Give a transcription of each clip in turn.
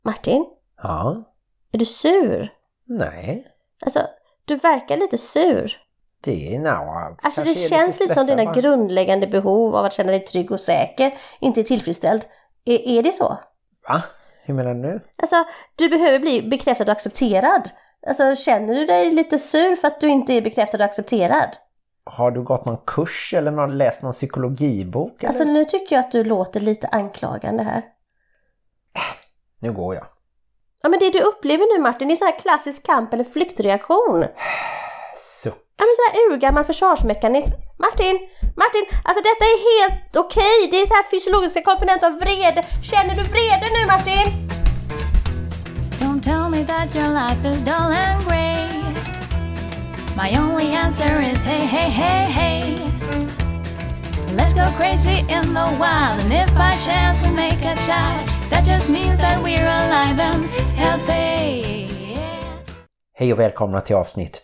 Martin? Ja? Är du sur? Nej. Alltså, du verkar lite sur. Det är nog... Alltså det känns lite som dina grundläggande behov av att känna dig trygg och säker inte är tillfredsställd. Är det så? Va? Hur menar du nu? Alltså, du behöver bli bekräftad och accepterad. Alltså, känner du dig lite sur för att du inte är bekräftad och accepterad? Har du gått någon kurs eller läst någon psykologibok? Eller? Alltså, nu tycker jag att du låter lite anklagande här. Nu går jag. Ja, men det du upplever nu, Martin, det är så här klassisk kamp- eller flyktreaktion. Suck. Ja, men så här urgammal försvarsmekanism. Martin, alltså detta är helt okej. Det är så här fysiologiska komponenter av vrede. Känner du vrede nu, Martin? Don't tell me that your life is dull and grey. My only answer is hey, hey, hey, hey. Let's go crazy in the wild. And if by chance we make a child, that just means that we're alive and healthy. Hej och välkomna till avsnitt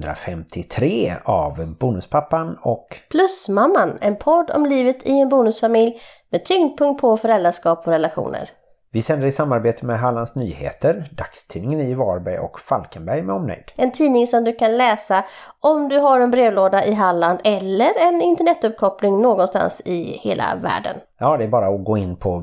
253 av Bonuspappan och Plusmamman, en podd om livet i en bonusfamilj med tyngdpunkt på föräldraskap och relationer. Vi sänder i samarbete med Hallands Nyheter, dagstidningen i Varberg och Falkenberg med omnejd. En tidning som du kan läsa om du har en brevlåda i Halland eller en internetuppkoppling någonstans i hela världen. Ja, det är bara att gå in på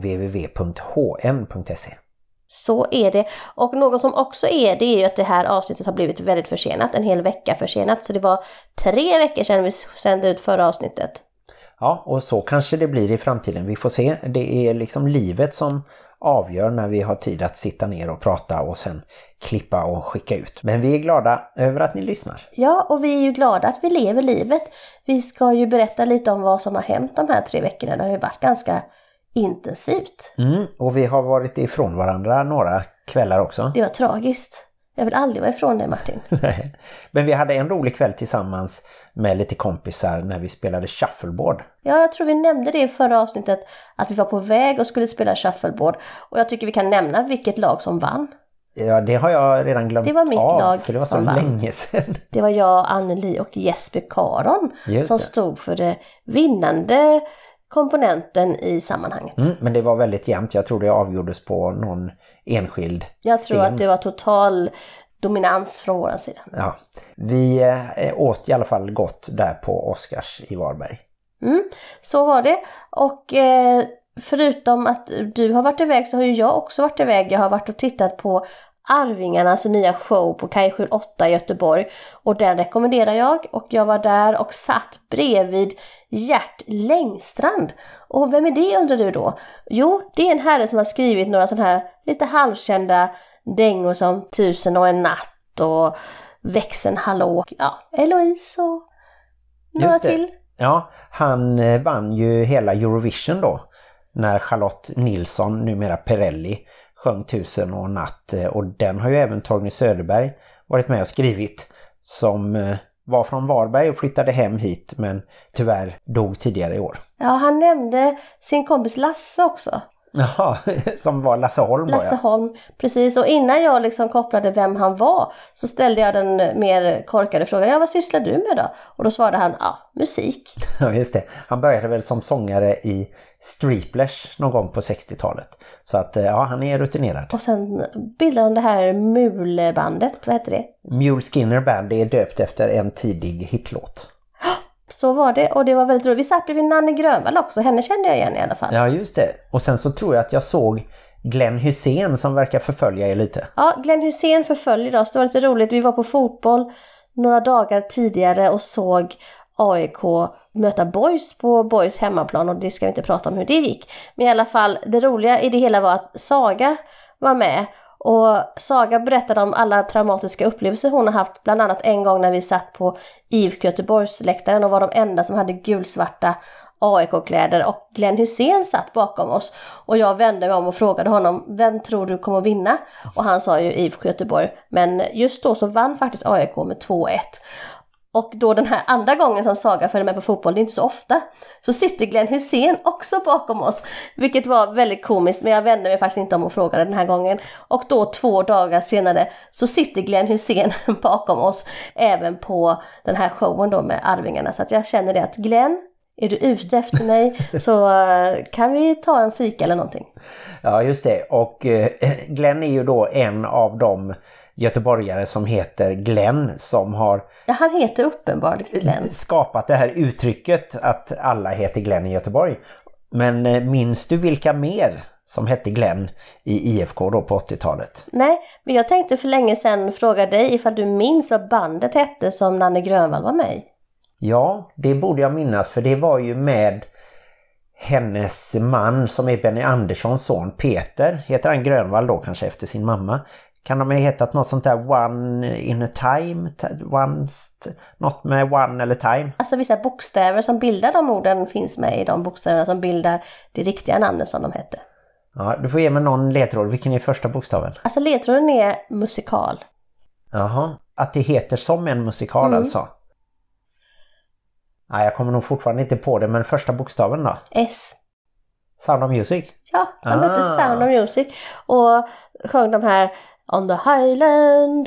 www.hn.se. Så är det. Och något som också är det är ju att det här avsnittet har blivit väldigt försenat. En hel vecka försenat. Så det var 3 veckor sedan vi sände ut förra avsnittet. Ja, och så kanske det blir i framtiden. Vi får se. Det är liksom livet som avgör när vi har tid att sitta ner och prata och sen klippa och skicka ut. Men vi är glada över att ni lyssnar. Ja, och vi är ju glada att vi lever livet. Vi ska ju berätta lite om vad som har hänt de här 3 veckorna. Det har ju varit ganska intensivt. Och vi har varit ifrån varandra några kvällar också. Det var tragiskt. Jag vill aldrig vara ifrån dig, Martin. Nej. Men vi hade en rolig kväll tillsammans med lite kompisar när vi spelade shuffleboard. Ja, jag tror vi nämnde det i förra avsnittet att vi var på väg och skulle spela shuffleboard. Och jag tycker vi kan nämna vilket lag som vann. Ja, det har jag redan glömt av. Det var mitt lag för det var så som vann. länge sedan. Det var jag, Anneli och Jesper Karon som stod för det vinnande komponenten i sammanhanget. Men det var väldigt jämnt. Jag tror det avgjordes på någon enskild Jag tror att det var total dominans från vår sida. Ja, vi åt i alla fall gott där på Oscars i Varberg. Så var det. Och förutom att du har varit iväg så har ju jag också varit iväg. Jag har varit och tittat på Arvingarnas nya show på Kajskjul 8 i Göteborg. Och den rekommenderar jag. Och jag var där och satt bredvid Gert Längstrand. Och vem är det, undrar du då? Jo, det är en herre som har skrivit några sådana här lite halvkända dängor som 1001 natt och Växeln hallå. Ja, Eloise och några till. Ja, han vann ju hela Eurovision då. När Charlotte Nilsson, numera Perrelli, sjöng 1001 natt. Och den har ju även Torgny Söderberg varit med och skrivit. Som var från Varberg och flyttade hem hit men tyvärr dog tidigare i år. Ja, han nämnde sin kompis Lasse också. Jaha, som var Lasse Holm. Lasse Holm, precis. Och innan jag liksom kopplade vem han var så ställde jag den mer korkade frågan. Ja, vad sysslar du med då? Och då svarade han, musik. Ja, just det. Han började väl som sångare i Streeplers någon gång på 60-talet. Så att, han är rutinerad. Och sen bildade han det här Mulebandet, vad heter det? Mule Skinner Band, det är döpt efter en tidig hitlåt. Så var det, och det var väldigt roligt. Vi satt bredvid Nanne Grönvall också, henne kände jag igen i alla fall. Ja, just det. Och sen så tror jag att jag såg Glenn Hussein som verkar förfölja er lite. Ja, Glenn Hussein förföljer oss. Det var lite roligt. Vi var på fotboll några dagar tidigare och såg AIK möta Boys på Boys hemmaplan. Och det ska vi inte prata om hur det gick. Men i alla fall, det roliga i det hela var att Saga var med. Och Saga berättade om alla traumatiska upplevelser hon har haft. Bland annat en gång när vi satt på IFK Göteborgsläktaren och var de enda som hade gulsvarta AIK-kläder. Och Glenn Hussein satt bakom oss. Och jag vände mig om och frågade honom, vem tror du kommer att vinna? Och han sa ju IFK Göteborg. Men just då så vann faktiskt AIK med 2-1. Och då den här andra gången som Saga följer med på fotboll, det är inte så ofta, så sitter Glenn Hussein också bakom oss. Vilket var väldigt komiskt, men jag vände mig faktiskt inte om och frågade den här gången. Och då 2 dagar senare så sitter Glenn Hussein bakom oss även på den här showen då med Arvingarna. Så att jag känner det att Glenn, är du ute efter mig så kan vi ta en fika eller någonting. Ja, just det. Och Glenn är ju då en av de göteborgare som heter Glenn som har Han heter uppenbarligen Glenn. Skapat det här uttrycket att alla heter Glenn i Göteborg. Men minns du vilka mer som hette Glenn i IFK då på 80-talet? Nej, men jag tänkte för länge sedan fråga dig ifall du minns vad bandet hette som Nanne Grönvall var med i. Ja, det borde jag minnas, för det var ju med hennes man som är Benny Anderssons son Peter. Heter han Grönvall då kanske efter sin mamma? Kan de ha hetat något sånt där One in a time? Något med one eller time? Alltså vissa bokstäver som bildar de orden finns med i de bokstäverna som bildar det riktiga namnet som de hette. Ja, du får ge mig någon ledtråd. Vilken är första bokstaven? Alltså ledtråden är musikal. Jaha, att det heter som en musikal alltså. Nej, jag kommer nog fortfarande inte på det, men första bokstaven då? S. Sound of Music? Ja, de hette Sound of Music och sjöng de här On the Highland,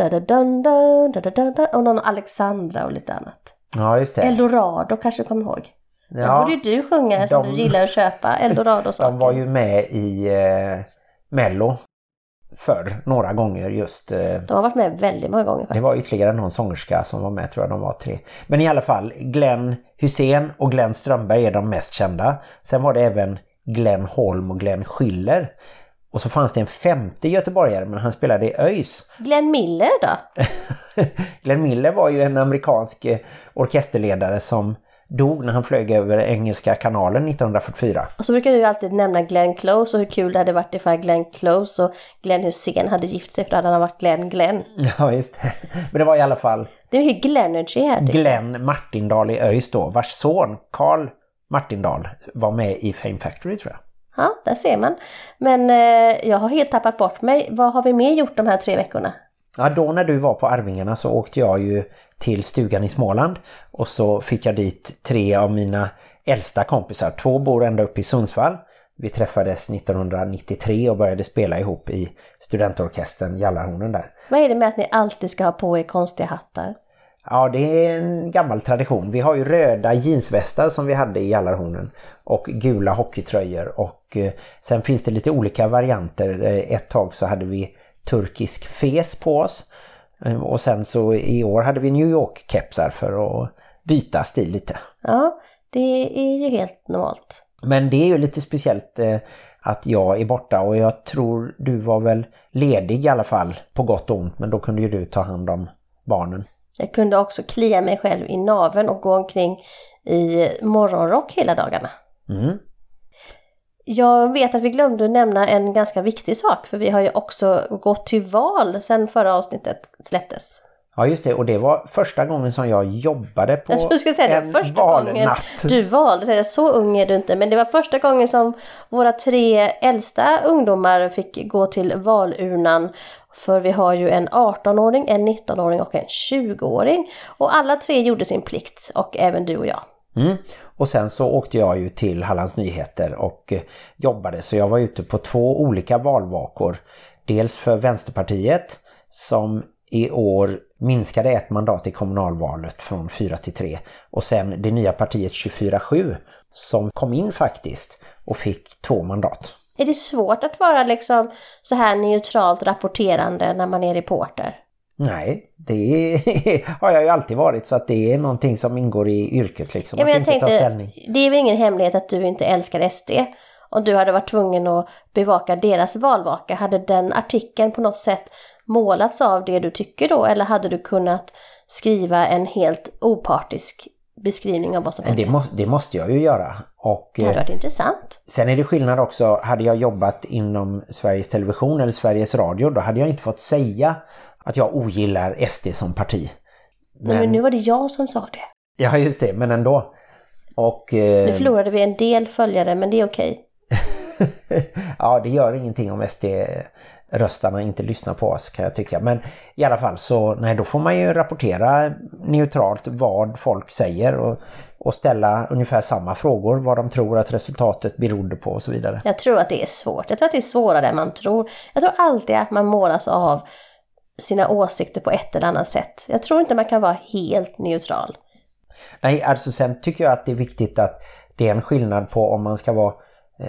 och någon Alexandra och lite annat. Ja, just det. Eldorado kanske du kommer ihåg. Ja, det borde ju du sjunga som du gillar att köpa. Eldorado och saker. De var ju med i Mello för några gånger just. De har varit med väldigt många gånger faktiskt. Det var ytterligare någon sångerska som var med, tror jag de var 3. Men i alla fall, Glenn Hussein och Glenn Strömberg är de mest kända. Sen var det även Glenn Holm och Glenn Schiller. Och så fanns det en 5:e göteborgare, men han spelade i ÖIS. Glenn Miller då? Glenn Miller var ju en amerikansk orkesterledare som dog när han flög över Engelska kanalen 1944. Och så brukar du alltid nämna Glenn Close och hur kul det hade varit ifall Glenn Close och Glenn Hussein hade gift sig, för då hade han varit Glenn. Ja, just det. Men det var i alla fall... Det är mycket Glennergy här. Glenn Martindal i ÖIS då, vars son Carl Martindal var med i Fame Factory, tror jag. Ja, där ser man. Men jag har helt tappat bort mig. Vad har vi mer gjort de här 3 veckorna? Ja, då när du var på Arvingarna så åkte jag ju till stugan i Småland. Och så fick jag dit 3 av mina äldsta kompisar. 2 bor ända upp i Sundsvall. Vi träffades 1993 och började spela ihop i studentorkestern Jallarhornen där. Vad är det med att ni alltid ska ha på er konstiga hattar? Ja, det är en gammal tradition. Vi har ju röda jeansvästar som vi hade i Jallarhornen och gula hockeytröjor, och sen finns det lite olika varianter. Ett tag så hade vi turkisk fes på oss, och sen så i år hade vi New York-kepsar för att byta stil lite. Ja, det är ju helt normalt. Men det är ju lite speciellt att jag är borta, och jag tror du var väl ledig i alla fall på gott och ont, men då kunde ju du ta hand om barnen. Jag kunde också klia mig själv i naveln och gå omkring i morgonrock hela dagarna. Mm. Jag vet att vi glömde nämna en ganska viktig sak, för vi har ju också gått till val sedan förra avsnittet släpptes. Ja, just det, och det var första gången som jag jobbade på jag ska säga en det första valnatt. Gången du valde, så ung är du inte, men det var första gången som våra 3 äldsta ungdomar fick gå till valurnan. För vi har ju en 18-åring, en 19-åring och en 20-åring. Och alla 3 gjorde sin plikt, och även du och jag. Mm. Och sen så åkte jag ju till Hallands Nyheter och jobbade. Så jag var ute på 2 olika valvakor. Dels för Vänsterpartiet som i år minskade 1 mandat i kommunalvalet från 4 till 3. Och sen det nya partiet 24/7 som kom in faktiskt och fick 2 mandat. Är det svårt att vara liksom så här neutralt rapporterande när man är reporter? Nej, det har jag ju alltid varit, så att det är någonting som ingår i yrket liksom, ja, men att inte ta ställning. Det är väl ingen hemlighet att du inte älskar SD. Om du hade varit tvungen att bevaka deras valvaka, hade den artikeln på något sätt målats av det du tycker då? Eller hade du kunnat skriva en helt opartisk beskrivning av vad som hände? Det måste jag ju göra. Och det hade varit intressant. Sen är det skillnad också, hade jag jobbat inom Sveriges Television eller Sveriges Radio, då hade jag inte fått säga att jag ogillar SD som parti. Men nu var det jag som sa det. Ja, just det, men ändå. Och, nu förlorade vi en del följare, men det är okej. Ja, det gör ingenting om SD-röstarna inte lyssnar på oss, kan jag tycka. Men i alla fall så, nej, då får man ju rapportera neutralt vad folk säger och ställa ungefär samma frågor, vad de tror att resultatet berodde på och så vidare. Jag tror att det är svårt. Jag tror att det är svårare än man tror. Jag tror alltid att man målas av sina åsikter på ett eller annat sätt. Jag tror inte man kan vara helt neutral. Nej, alltså sen tycker jag att det är viktigt att det är en skillnad på om man ska vara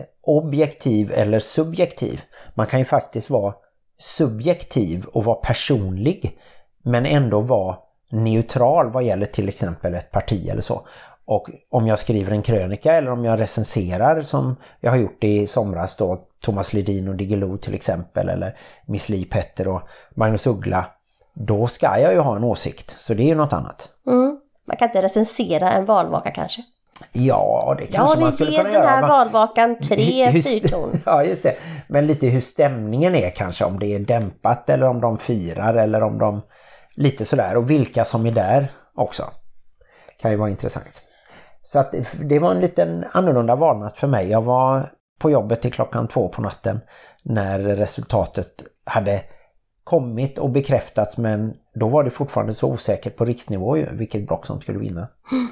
objektiv eller subjektiv. Man kan ju faktiskt vara subjektiv och vara personlig men ändå vara neutral vad gäller till exempel ett parti eller så. Och om jag skriver en krönika eller om jag recenserar som jag har gjort i somras då, Thomas Ledin och Diggiloo till exempel, eller Miss Li Petter och Magnus Uggla, då ska jag ju ha en åsikt. Så det är ju något annat. Man kan inte recensera en valvaka kanske. Ja, det kanske man skulle kunna göra. Ja, vi ger den här valvakan 3 fyrton. Ja, just det. Men lite hur stämningen är kanske, om det är dämpat eller om de firar eller om de lite sådär. Och vilka som är där också. Kan ju vara intressant. Så att det var en liten annorlunda valnatt för mig. Jag var på jobbet till 2:00 på natten när resultatet hade kommit och bekräftats, men då var det fortfarande så osäkert på riksnivå vilket block som skulle vinna.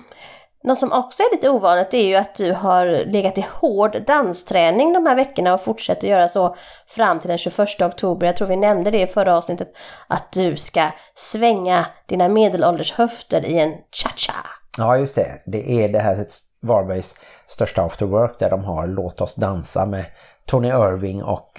Något som också är lite ovanligt är ju att du har legat i hård dansträning de här veckorna och fortsätter göra så fram till den 21 oktober. Jag tror vi nämnde det i förra avsnittet, att du ska svänga dina medelålders höfter i en cha-cha. Ja, just det. Det är det här Varbergs största afterwork där de har Låt oss dansa med Tony Irving och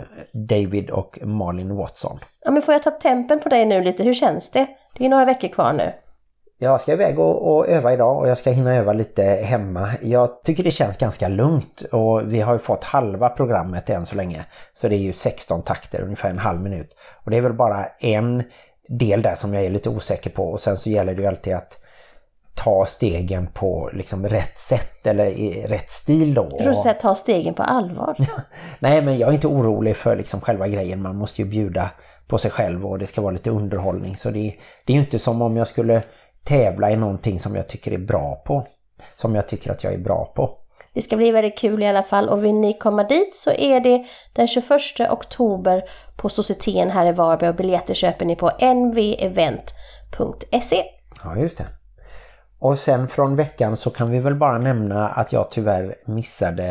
David och Malin Watson. Ja, men får jag ta tempen på dig nu lite? Hur känns det? Det är några veckor kvar nu. Jag ska iväg och öva idag och jag ska hinna öva lite hemma. Jag tycker det känns ganska lugnt och vi har ju fått halva programmet än så länge. Så det är ju 16 takter, ungefär en halv minut. Och det är väl bara en del där som jag är lite osäker på, och sen så gäller det ju alltid att ta stegen på liksom rätt sätt eller i rätt stil då. Du ska ta stegen på allvar. Nej, men jag är inte orolig för liksom själva grejen. Man måste ju bjuda på sig själv och det ska vara lite underhållning. Så det är ju inte som om jag skulle tävla i någonting som jag tycker är bra på. Som jag tycker att jag är bra på. Det ska bli väldigt kul i alla fall, och vill ni komma dit så är det den 21 oktober på Societeten här i Varberg, och biljetter köper ni på nvevent.se. Ja, just det. Och sen från veckan så kan vi väl bara nämna att jag tyvärr missade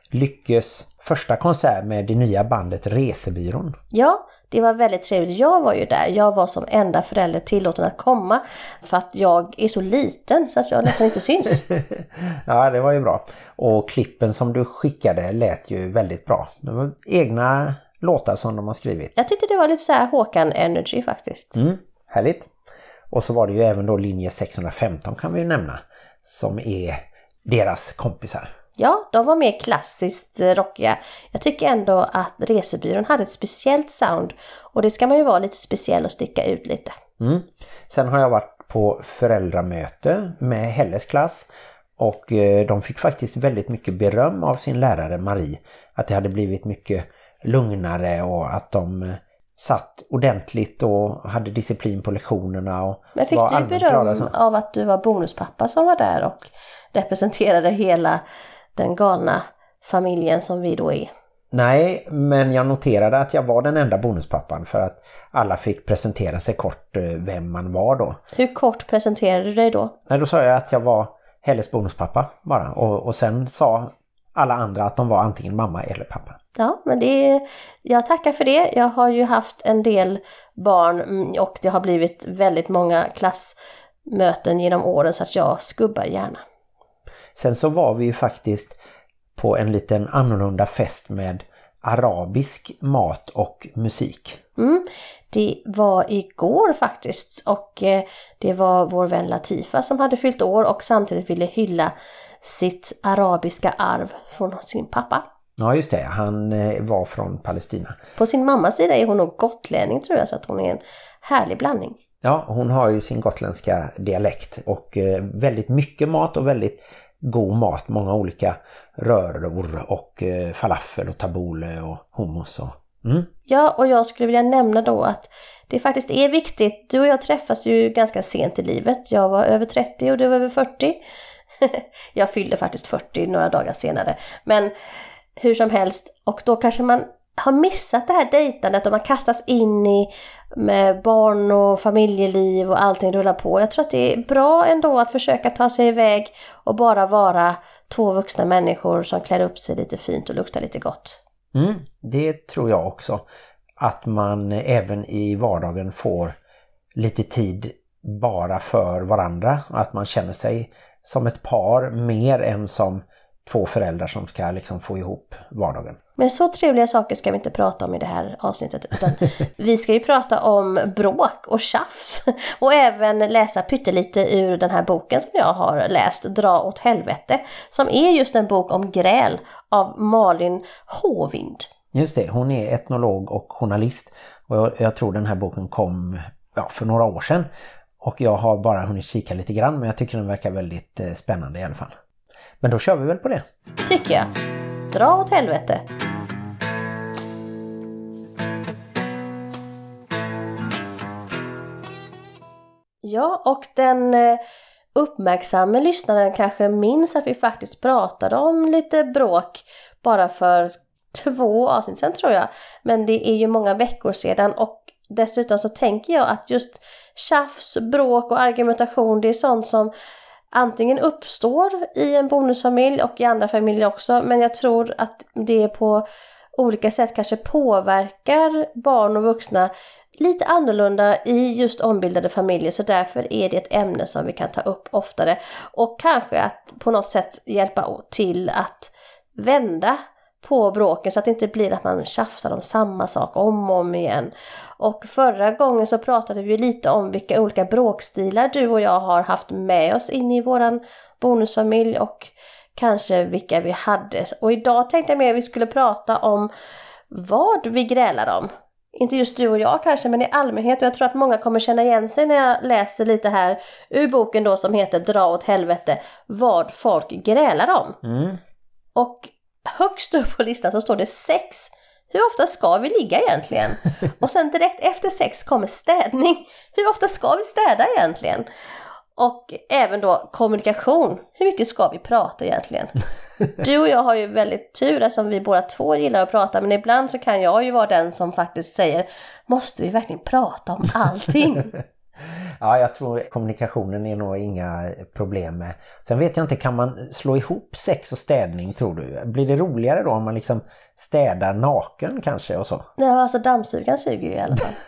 Lyckes första konsert med det nya bandet Resebyrån. Ja, det var väldigt trevligt. Jag var ju där. Jag var som enda förälder tillåten att komma för att jag är så liten så att jag nästan inte syns. Ja, det var ju bra. Och klippen som du skickade lät ju väldigt bra. Det var egna låtar som de har skrivit. Jag tyckte det var lite så här Håkan Energy faktiskt. Härligt. Och så var det ju även då linje 615 kan vi ju nämna, som är deras kompisar. Ja, de var mer klassiskt rockiga. Jag tycker ändå att Resebyrån hade ett speciellt sound, och det ska man ju vara lite speciell och sticka ut lite. Sen har jag varit på föräldramöte med Helles klass, och de fick faktiskt väldigt mycket beröm av sin lärare Marie. Att det hade blivit mycket lugnare och att de satt ordentligt och hade disciplin på lektionerna. Och men fick du beröm av att du var bonuspappa som var där och representerade hela den galna familjen som vi då är? Nej, men jag noterade att jag var den enda bonuspappan, för att alla fick presentera sig kort vem man var då. Hur kort presenterade du dig då? Nej, då sa jag att jag var Helles bonuspappa bara, och sen sa alla andra att de var antingen mamma eller pappa. Ja, men jag tackar för det. Jag har ju haft en del barn och det har blivit väldigt många klassmöten genom åren, så att jag skubbar gärna. Sen så var vi ju faktiskt på en liten annorlunda fest med arabisk mat och musik. Det var igår faktiskt, och det var vår vän Latifa som hade fyllt år och samtidigt ville hylla sitt arabiska arv från sin pappa. Ja, just det. Han var från Palestina. På sin mammas sida är hon nog gotlänning, tror jag, så att hon är en härlig blandning. Ja, hon har ju sin gotländska dialekt och väldigt mycket mat och väldigt god mat. Många olika röror och falafel och tabbouleh och hummus. Ja, och jag skulle vilja nämna då att det faktiskt är viktigt. Du och jag träffas ju ganska sent i livet. Jag var över 30 och du var över 40. Jag fyllde faktiskt 40 några dagar senare. Men hur som helst, och då kanske man har missat det här dejtandet och man kastas in i med barn och familjeliv och allting rullar på. Jag tror att det är bra ändå att försöka ta sig iväg och bara vara 2 vuxna människor som klär upp sig lite fint och luktar lite gott. Det tror jag också. Att man även i vardagen får lite tid bara för varandra. Att man känner sig som ett par mer än som två föräldrar som ska liksom få ihop vardagen. Men så trevliga saker ska vi inte prata om i det här avsnittet, utan vi ska ju prata om bråk och tjafs och även läsa pyttelite ur den här boken som jag har läst, Dra åt helvete, som är just en bok om gräl av Malin Håvind. Just det, hon är etnolog och journalist och jag tror den här boken kom för några år sedan och jag har bara hunnit kika lite grann, men jag tycker den verkar väldigt spännande i alla fall. Men då kör vi väl på det. Tycker jag. Dra åt helvete. Ja, och den uppmärksamma lyssnaren kanske minns att vi faktiskt pratade om lite bråk bara för 2 avsnitt sedan tror jag. Men det är ju många veckor sedan och dessutom så tänker jag att just tjafs, bråk och argumentation, det är sånt som antingen uppstår i en bonusfamilj och i andra familjer också. Men jag tror att det på olika sätt kanske påverkar barn och vuxna lite annorlunda i just ombildade familjer. Så därför är det ett ämne som vi kan ta upp oftare. Och kanske att på något sätt hjälpa till att vända på bråken så att det inte blir att man tjafsar om samma sak om och om igen. Och förra gången så pratade vi lite om vilka olika bråkstilar du och jag har haft med oss in i våran bonusfamilj och kanske vilka vi hade. Och idag tänkte jag mer att vi skulle prata om vad vi grälar om. Inte just du och jag kanske, men i allmänhet. Och jag tror att många kommer känna igen sig när jag läser lite här ur boken då som heter Dra åt helvete, vad folk grälar om. Och högst upp på listan så står det sex. Hur ofta ska vi ligga egentligen? Och sen direkt efter sex kommer städning. Hur ofta ska vi städa egentligen? Och även då kommunikation. Hur mycket ska vi prata egentligen? Du och jag har ju väldigt tur eftersom vi båda två gillar att prata. Men ibland så kan jag ju vara den som faktiskt säger, måste vi verkligen prata om allting? Ja, jag tror kommunikationen är nog inga problem med. Sen vet jag inte, kan man slå ihop sex och städning tror du? Blir det roligare då om man liksom städar naken kanske och så? Ja, alltså dammsugaren suger ju i alla fall.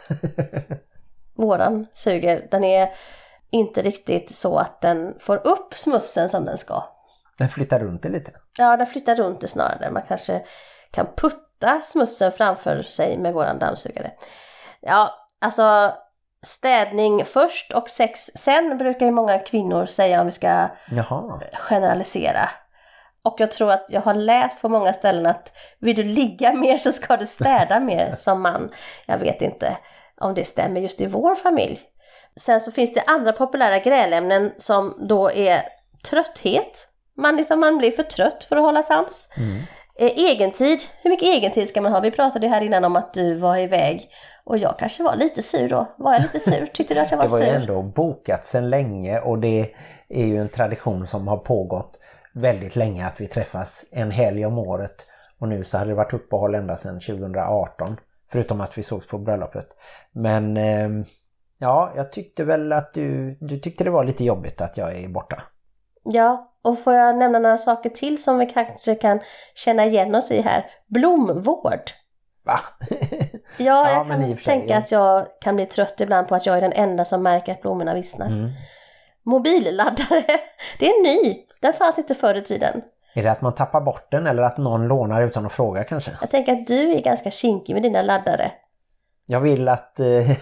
Våran suger, den är inte riktigt så att den får upp smutsen som den ska. Den flyttar runt det lite? Ja, den flyttar runt det snarare. Man kanske kan putta smutsen framför sig med våran dammsugare. Ja, alltså städning först och sex sen brukar ju många kvinnor säga om vi ska generalisera. Och jag tror att jag har läst på många ställen att vill du ligga mer så ska du städa mer som man. Jag vet inte om det stämmer just i vår familj. Sen så finns det andra populära grälämnen som då är trötthet. Man blir för trött för att hålla sams. Egentid. Hur mycket egentid ska man ha? Vi pratade ju här innan om att du var iväg. Och jag kanske var lite sur då. Var jag lite sur? Tyckte du att jag var sur? Det var ju ändå bokat sedan länge. Och det är ju en tradition som har pågått väldigt länge. Att vi träffas en helg om året. Och nu så hade det varit uppehåll ända sedan 2018. Förutom att vi sågs på bröllopet. Men ja, jag tyckte väl att du tyckte det var lite jobbigt att jag är borta. Ja, och får jag nämna några saker till som vi kanske kan känna igen oss i här. Blomvård. Va? Ja, jag kan tänka att jag kan bli trött ibland på att jag är den enda som märker att blommorna vissnar. Mobilladdare, det är ny. Den fanns inte förr i tiden. Är det att man tappar bort den eller att någon lånar utan att fråga kanske? Jag tänker att du är ganska kinkig med dina laddare. Jag vill att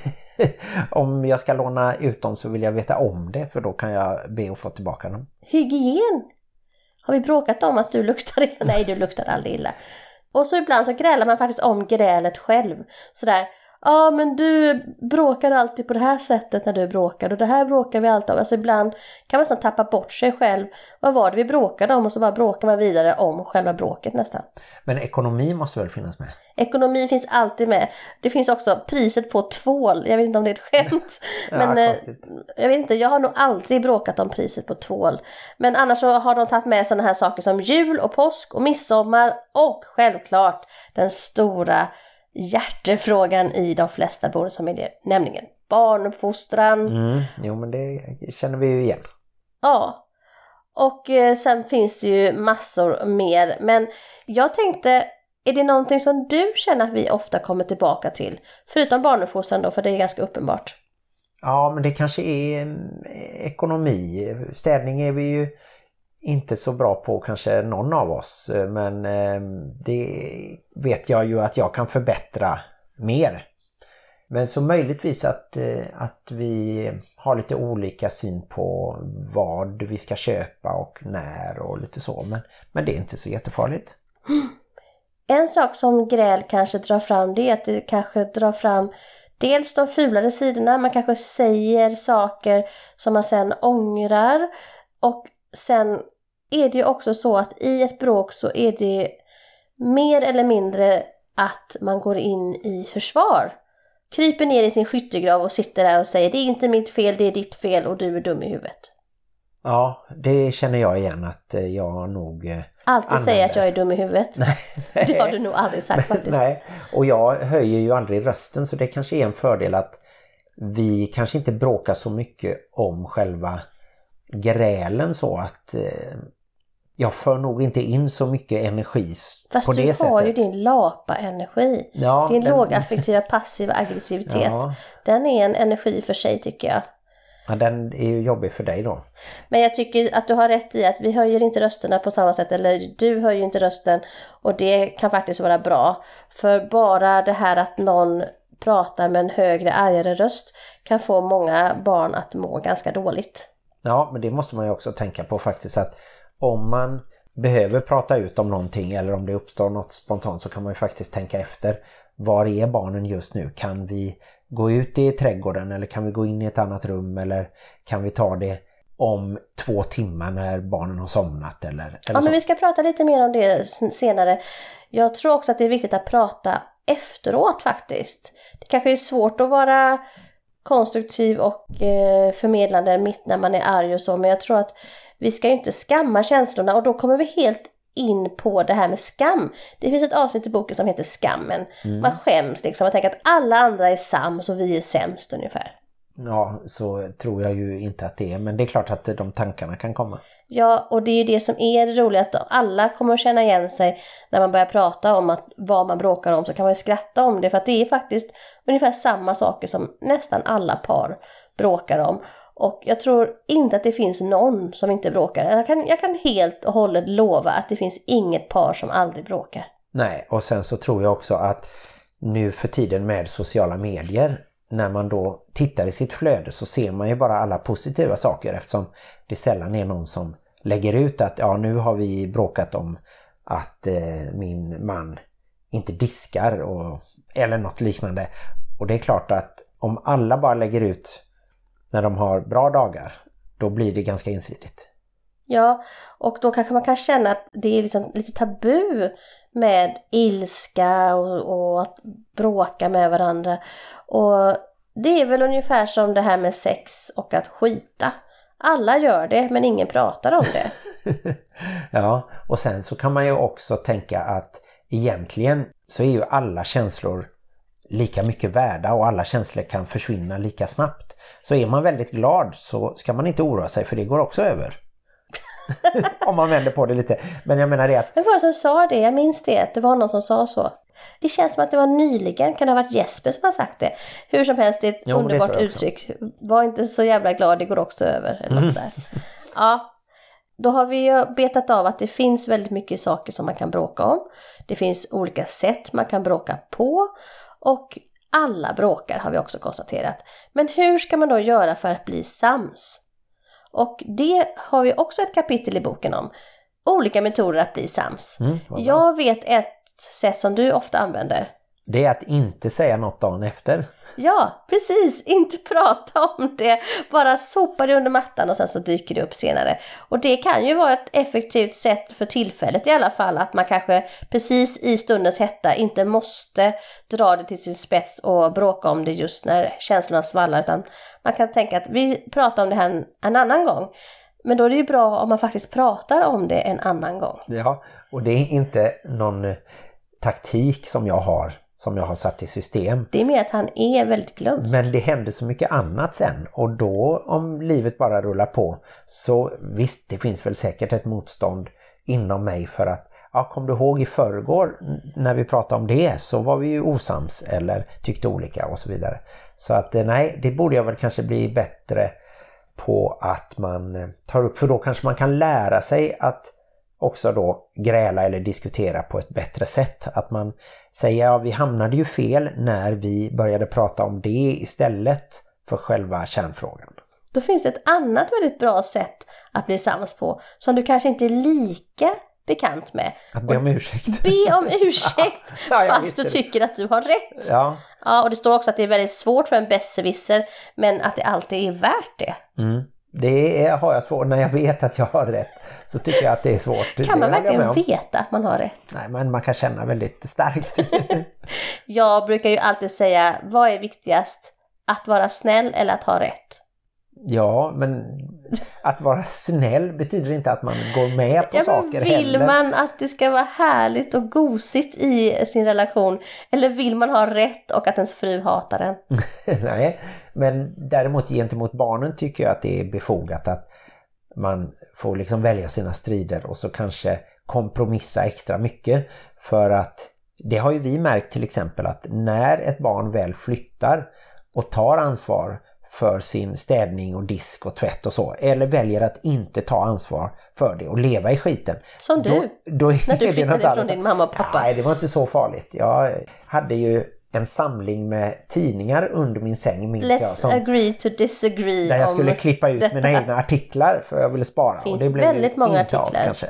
om jag ska låna ut dem så vill jag veta om det, för då kan jag be att få tillbaka dem. Hygien. Har vi bråkat om att du luktar illa? Nej, du luktar aldrig illa. Och så ibland så grälar man faktiskt om grälet själv. Sådär, ja men du bråkar alltid på det här sättet när du bråkar. Och det här bråkar vi alltid om. Alltså ibland kan man nästan tappa bort sig själv. Vad var det vi bråkade om? Och så bara bråkar man vidare om själva bråket nästan. Men ekonomi måste väl finnas med? Ekonomi finns alltid med. Det finns också priset på tvål. Jag vet inte om det är ett skämt. Men jag vet inte, jag har nog aldrig bråkat om priset på tvål. Men annars så har de tagit med sådana här saker som jul och påsk och midsommar. Och självklart den stora hjärtefrågan i de flesta bonusfamiljer. Nämligen barnuppfostran. Jo, men det känner vi ju igen. Ja. Och sen finns det ju massor mer. Men jag tänkte, är det någonting som du känner att vi ofta kommer tillbaka till? Förutom barnuppfostran då, för det är ganska uppenbart. Ja, men det kanske är ekonomi. Städning är vi ju inte så bra på kanske någon av oss, men det vet jag ju att jag kan förbättra mer. Men så möjligtvis att vi har lite olika syn på vad vi ska köpa och när och lite så, men det är inte så jättefarligt. En sak som gräl kanske drar fram, det är att det kanske drar fram dels de fulare sidorna. Man kanske säger saker som man sen ångrar, och sen är det ju också så att i ett bråk så är det mer eller mindre att man går in i försvar. Kryper ner i sin skyttegrav och sitter där och säger det är inte mitt fel, det är ditt fel och du är dum i huvudet. Ja, det känner jag igen att jag nog alltid säger att jag är dum i huvudet. Nej. Det har du nog aldrig sagt faktiskt. Nej, och jag höjer ju aldrig rösten, så det kanske är en fördel att vi kanske inte bråkar så mycket om själva grälen, så att jag för nog inte in så mycket energi. Fast på det sättet. Fast du har ju din lapa-energi. Ja, din lågaffektiva passiva aggressivitet. Ja. Den är en energi för sig, tycker jag. Ja, den är ju jobbig för dig då. Men jag tycker att du har rätt i att vi höjer inte rösterna på samma sätt. Eller du höjer inte rösten. Och det kan faktiskt vara bra. För bara det här att någon pratar med en högre, argare röst kan få många barn att må ganska dåligt. Ja, men det måste man ju också tänka på faktiskt, att om man behöver prata ut om någonting eller om det uppstår något spontant, så kan man ju faktiskt tänka efter. Var är barnen just nu? Kan vi gå ut i trädgården, eller kan vi gå in i ett annat rum, eller kan vi ta det om 2 timmar när barnen har somnat? Eller ja, men vi ska prata lite mer om det senare. Jag tror också att det är viktigt att prata efteråt faktiskt. Det kanske är svårt att vara konstruktiv och förmedlande mitt när man är arg och så, men jag tror att vi ska inte skamma känslorna, och då kommer vi helt in på det här med skam. Det finns ett avsnitt i boken som heter Skammen. Man skäms liksom och tänker att alla andra är sams och vi är sämst ungefär. Ja, så tror jag ju inte att det är, men det är klart att de tankarna kan komma. Ja, och det är ju det som är det roliga, att alla kommer att känna igen sig när man börjar prata om att vad man bråkar om, så kan man ju skratta om det, för att det är faktiskt ungefär samma saker som nästan alla par bråkar om. Och jag tror inte att det finns någon som inte bråkar. Jag kan helt och hållet lova att det finns inget par som aldrig bråkar. Nej, och sen så tror jag också att nu för tiden med sociala medier, när man då tittar i sitt flöde, så ser man ju bara alla positiva saker, eftersom det sällan är någon som lägger ut att ja, nu har vi bråkat om att min man inte diskar eller något liknande. Och det är klart att om alla bara lägger ut när de har bra dagar, då blir det ganska ensidigt. Ja, och då kanske man kan känna att det är liksom lite tabu med ilska och att bråka med varandra. Och det är väl ungefär som det här med sex och att skita. Alla gör det, men ingen pratar om det. Ja, och sen så kan man ju också tänka att egentligen så är ju alla känslor lika mycket värda, och alla känslor kan försvinna lika snabbt. Så är man väldigt glad så ska man inte oroa sig, för det går också över. Om man vänder på det lite. Men jag menar det att... Men vad som sa det? Jag minns det. Det var någon som sa så. Det känns som att det var nyligen. Kan det ha varit Jesper som har sagt det? Hur som helst, det är ett underbart uttryck. Var inte så jävla glad, det går också över. Eller något där. Ja. Då har vi ju betat av att det finns väldigt mycket saker som man kan bråka om. Det finns olika sätt man kan bråka på. Och alla bråkar har vi också konstaterat. Men hur ska man då göra för att bli sams? Och det har vi också ett kapitel i boken om. Olika metoder att bli sams. Jag vet ett sätt som du ofta använder. Det är att inte säga något dagen efter. Ja, precis. Inte prata om det. Bara sopa det under mattan och sen så dyker det upp senare. Och det kan ju vara ett effektivt sätt för tillfället i alla fall. Att man kanske precis i stundens hetta inte måste dra det till sin spets och bråka om det just när känslorna svallar. Utan man kan tänka att vi pratar om det här en annan gång. Men då är det ju bra om man faktiskt pratar om det en annan gång. Ja, och det är inte någon taktik som jag har satt i system. Det är mer att han är väldigt glömsk. Men det händer så mycket annat sen. Och då, om livet bara rullar på, så visst, det finns väl säkert ett motstånd inom mig för att, ja, kom du ihåg i förrgår när vi pratade om det, så var vi ju osams eller tyckte olika och så vidare. Så att nej, det borde jag väl kanske bli bättre på att man tar upp, för då kanske man kan lära sig att också då gräla eller diskutera på ett bättre sätt. Att man säger, ja, vi hamnade ju fel när vi började prata om det istället för själva kärnfrågan. Då finns det ett annat väldigt bra sätt att bli sams på som du kanske inte är lika bekant med. Att be om ursäkt. Be om ursäkt fast du tycker att du har rätt. Ja. Ja, och det står också att det är väldigt svårt för en besserwisser, men att det alltid är värt det. Det har jag svårt. När jag vet att jag har rätt så tycker jag att det är svårt. Kan man verkligen veta att man har rätt? Nej, men man kan känna väldigt starkt. Jag brukar ju alltid säga, vad är viktigast? Att vara snäll eller att ha rätt? Ja, men att vara snäll betyder inte att man går med på saker vill heller. Vill man att det ska vara härligt och gosigt i sin relation? Eller vill man ha rätt och att ens fru hatar den? Nej, men däremot gentemot barnen tycker jag att det är befogat att man får liksom välja sina strider och så kanske kompromissa extra mycket. För att det har ju vi märkt till exempel att när ett barn väl flyttar och tar ansvar för sin städning och disk och tvätt och så, eller väljer att inte ta ansvar för det och leva i skiten. Som du, då när du flyttade från din mamma och pappa. Nej, det var inte så farligt. Jag hade ju en samling med tidningar under min säng, minns jag. Let's agree to disagree. Där jag skulle klippa ut mina egna artiklar för jag ville spara. Finns och det blev väldigt många artiklar. Kanske.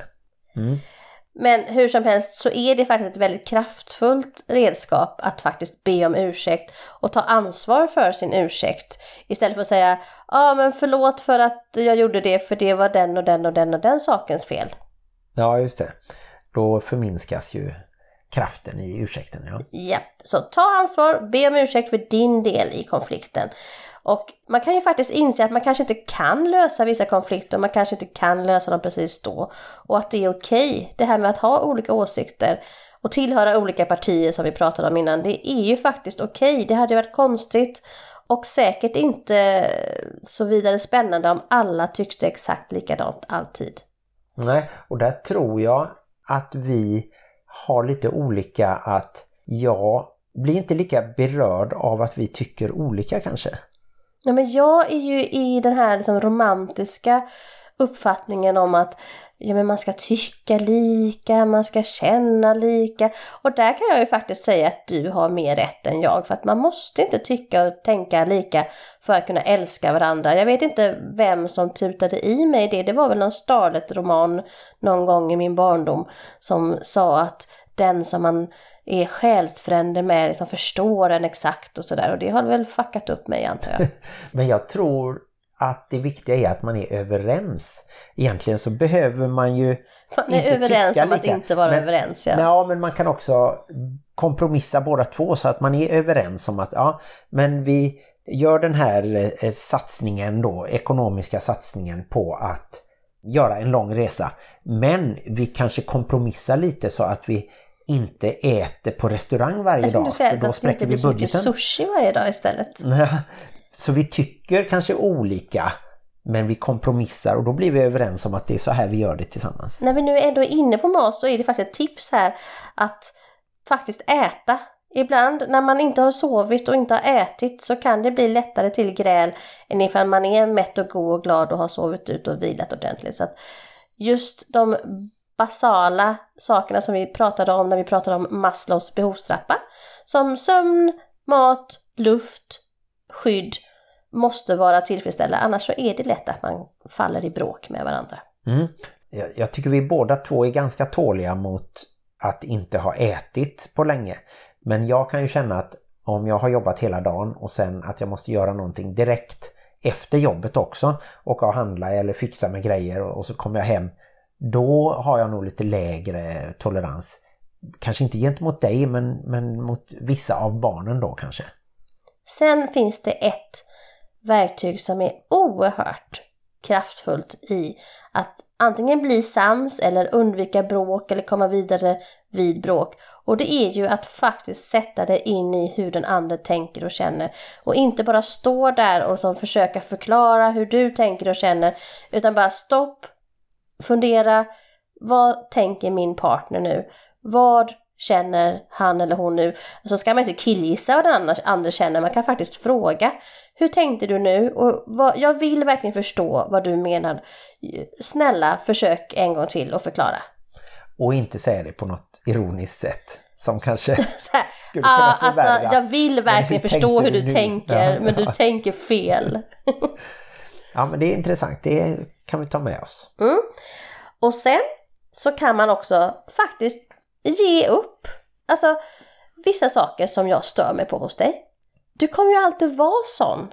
Men hur som helst så är det faktiskt ett väldigt kraftfullt redskap att faktiskt be om ursäkt och ta ansvar för sin ursäkt. Istället för att säga, ja men förlåt för att jag gjorde det för det var den och den och den och den sakens fel. Ja, just det. Då förminskas ju kraften i ursäkten. Ja, så ta ansvar, be om ursäkt för din del i konflikten. Och man kan ju faktiskt inse att man kanske inte kan lösa vissa konflikter, man kanske inte kan lösa dem precis då. Och att det är okej. Det här med att ha olika åsikter och tillhöra olika partier som vi pratade om innan, det är ju faktiskt okej. Det hade ju varit konstigt och säkert inte så vidare spännande om alla tyckte exakt likadant alltid. Nej, och där tror jag att vi har lite olika, att jag blir inte lika berörd av att vi tycker olika kanske. Ja, men jag är ju i den här liksom romantiska uppfattningen om att ja, men man ska tycka lika, man ska känna lika. Och där kan jag ju faktiskt säga att du har mer rätt än jag. För att man måste inte tycka och tänka lika för att kunna älska varandra. Jag vet inte vem som tutade i mig det. Det var väl någon Starlet-roman någon gång i min barndom som sa att den som man är själsfrände med liksom förstår en exakt och sådär. Och det har väl fuckat upp mig, antar jag. Men jag tror att det viktiga är att man är överens. Egentligen så behöver man ju man är överens om att inte vara överens. Ja, men man kan också kompromissa båda två så att man är överens om att ja, men vi gör den här satsningen då, ekonomiska satsningen på att göra en lång resa. Men vi kanske kompromissar lite så att vi inte äter på restaurang varje dag. För då spräcker vi budgeten. Sushi varje dag istället. Så vi tycker kanske olika, men vi kompromissar och då blir vi överens om att det är så här vi gör det tillsammans. När vi nu ändå är inne på mat så är det faktiskt ett tips här att faktiskt äta. Ibland när man inte har sovit och inte har ätit så kan det bli lättare till gräl än ifall man är mätt och god och glad och har sovit ut och vilat ordentligt. Så att just de basala sakerna som vi pratade om när vi pratade om Maslows behovstrappa, som sömn, mat, luft, skydd, måste vara tillfredsställda. Annars så är det lätt att man faller i bråk med varandra. Jag tycker vi båda två är ganska tåliga mot att inte ha ätit på länge. Men jag kan ju känna att om jag har jobbat hela dagen och sen att jag måste göra någonting direkt efter jobbet också, och handla eller fixa med grejer och så kommer jag hem, då har jag nog lite lägre tolerans. Kanske inte gentemot dig, men mot vissa av barnen då kanske. Sen finns det ett verktyg som är oerhört kraftfullt i att antingen bli sams eller undvika bråk eller komma vidare vid bråk. Och det är ju att faktiskt sätta det in i hur den andra tänker och känner. Och inte bara stå där och så försöka förklara hur du tänker och känner, utan bara stopp, fundera, vad tänker min partner nu? Vad känner han eller hon nu? Så ska man inte killgissa vad den andra känner. Man kan faktiskt fråga, hur tänkte du nu? Och jag vill verkligen förstå vad du menar. Snälla, försök en gång till och förklara. Och inte säga det på något ironiskt sätt som kanske skulle kunna alltså, förvärra. jag vill verkligen förstå hur du tänker, men du tänker fel. Ja, men det är intressant. Det kan vi ta med oss. Och sen så kan man också faktiskt ge upp. Alltså, vissa saker som jag stör mig på hos dig. Du kommer ju alltid vara sån.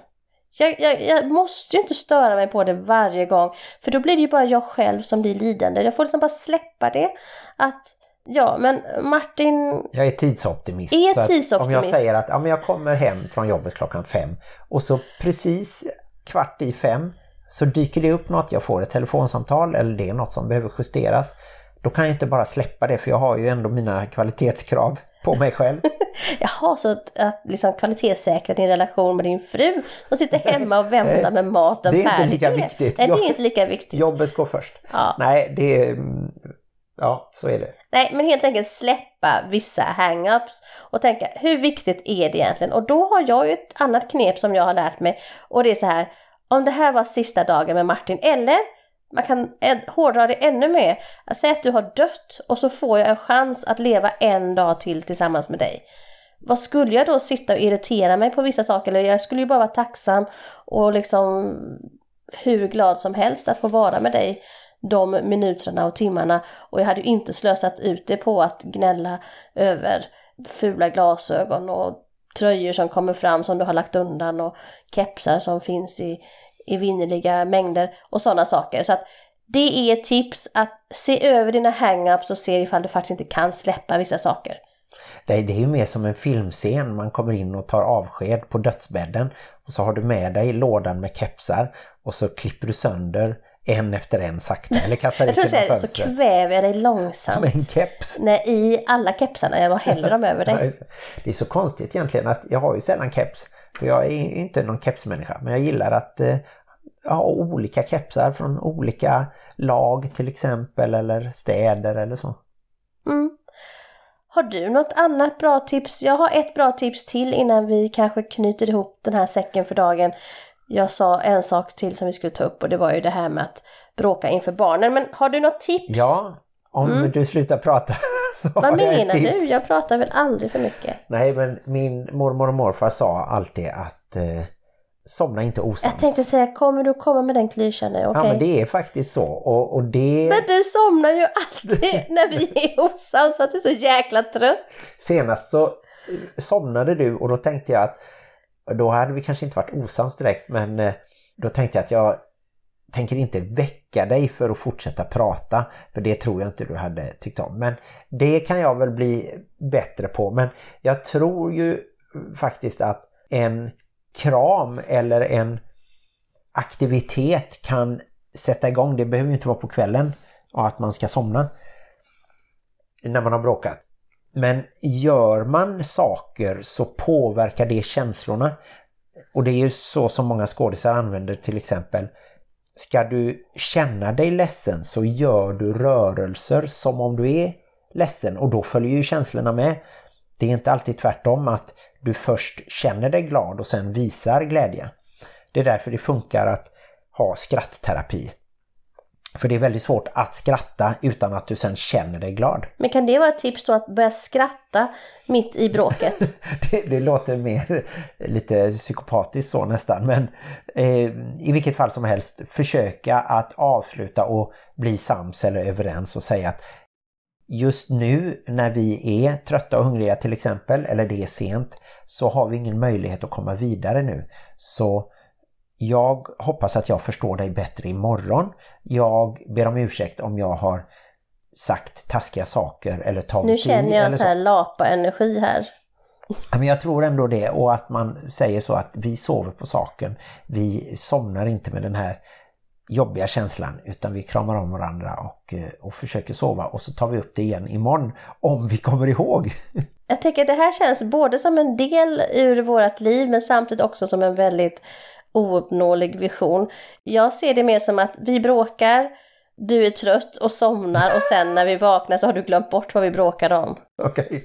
Jag måste ju inte störa mig på det varje gång. För då blir det ju bara jag själv som blir lidande. Jag får liksom bara släppa det. Att, ja, men Martin... Jag är tidsoptimist. Om jag säger att men jag kommer hem från jobbet 5:00 och så precis 4:15 så dyker det upp något. Jag får ett telefonsamtal eller det är något som behöver justeras. Då kan jag inte bara släppa det, för jag har ju ändå mina kvalitetskrav på mig själv. Jaha, så att liksom kvalitetssäkra din relation med din fru som sitter hemma och väntar med maten färdig. Det är inte lika viktigt. Nej, det är inte lika viktigt. Jobbet går först. Ja. Nej, det är... Ja, så är det. Nej, men helt enkelt släppa vissa hang-ups och tänka, hur viktigt är det egentligen? Och då har jag ju ett annat knep som jag har lärt mig. Och det är så här, om det här var sista dagen med Martin, eller man kan hårdra det ännu mer. Säg att du har dött och så får jag en chans att leva en dag till tillsammans med dig. Vad skulle jag då sitta och irritera mig på vissa saker? Eller jag skulle ju bara vara tacksam och liksom hur glad som helst att få vara med dig de minuterna och timmarna. Och jag hade ju inte slösat ut det på att gnälla över fula glasögon och tröjor som kommer fram som du har lagt undan och kepsar som finns i vinnerliga mängder och sådana saker. Så att det är ett tips att se över dina hang-ups och se ifall du faktiskt inte kan släppa vissa saker. Det är ju mer som en filmscen. Man kommer in och tar avsked på dödsbädden och så har du med dig lådan med kepsar och så klipper du sönder en efter en sakta eller kastar ut genom fönstret. Så kväver jag dig långsamt. Med en keps. Nej, i alla kepsarna. Jag häller dem över dig. Det är så konstigt egentligen att jag har ju sällan keps. För jag är inte någon kepsmänniska. Men jag gillar att ha olika kepsar från olika lag till exempel. Eller städer eller så. Har du något annat bra tips? Jag har ett bra tips till innan vi kanske knyter ihop den här säcken för dagen. Jag sa en sak till som vi skulle ta upp och det var ju det här med att bråka inför barnen. Men har du något tips? Ja, om du slutar prata. Vad menar du? Jag pratar väl aldrig för mycket. Nej, men min mormor och morfar sa alltid att somna inte osams. Jag tänkte säga, kommer du komma med den klyschan nu? Okay. Ja, men det är faktiskt så. Och det... Men du somnar ju alltid när vi är osams för att du är så jäkla trött. Senast så somnade du och då tänkte jag att då hade vi kanske inte varit osams direkt, men då tänkte jag att jag tänker inte väcka dig för att fortsätta prata, för det tror jag inte du hade tyckt om. Men det kan jag väl bli bättre på. Men jag tror ju faktiskt att en kram eller en aktivitet kan sätta igång. Det behöver ju inte vara på kvällen och att man ska somna när man har bråkat. Men gör man saker så påverkar det känslorna. Och det är ju så som många skådespelare använder till exempel. Ska du känna dig ledsen så gör du rörelser som om du är ledsen. Och då följer ju känslorna med. Det är inte alltid tvärtom att du först känner dig glad och sen visar glädje. Det är därför det funkar att ha skrattterapi. För det är väldigt svårt att skratta utan att du sen känner dig glad. Men kan det vara ett tips då att börja skratta mitt i bråket? det låter mer lite psykopatiskt så nästan. Men i vilket fall som helst försöka att avsluta och bli sams eller överens och säga att just nu när vi är trötta och hungriga till exempel, eller det är sent, så har vi ingen möjlighet att komma vidare nu. Så jag hoppas att jag förstår dig bättre imorgon. Jag ber om ursäkt om jag har sagt taskiga saker eller tagit nu känner jag så här lapa-energi här. Men jag tror ändå det, och att man säger så att vi sover på saken. Vi somnar inte med den här jobbiga känslan, utan vi kramar om varandra och försöker sova, och så tar vi upp det igen imorgon om vi kommer ihåg. Jag tänker att det här känns både som en del ur vårt liv men samtidigt också som en väldigt ouppnåelig vision. Jag ser det mer som att vi bråkar du är trött och somnar och sen när vi vaknar så har du glömt bort vad vi bråkade om. Okej.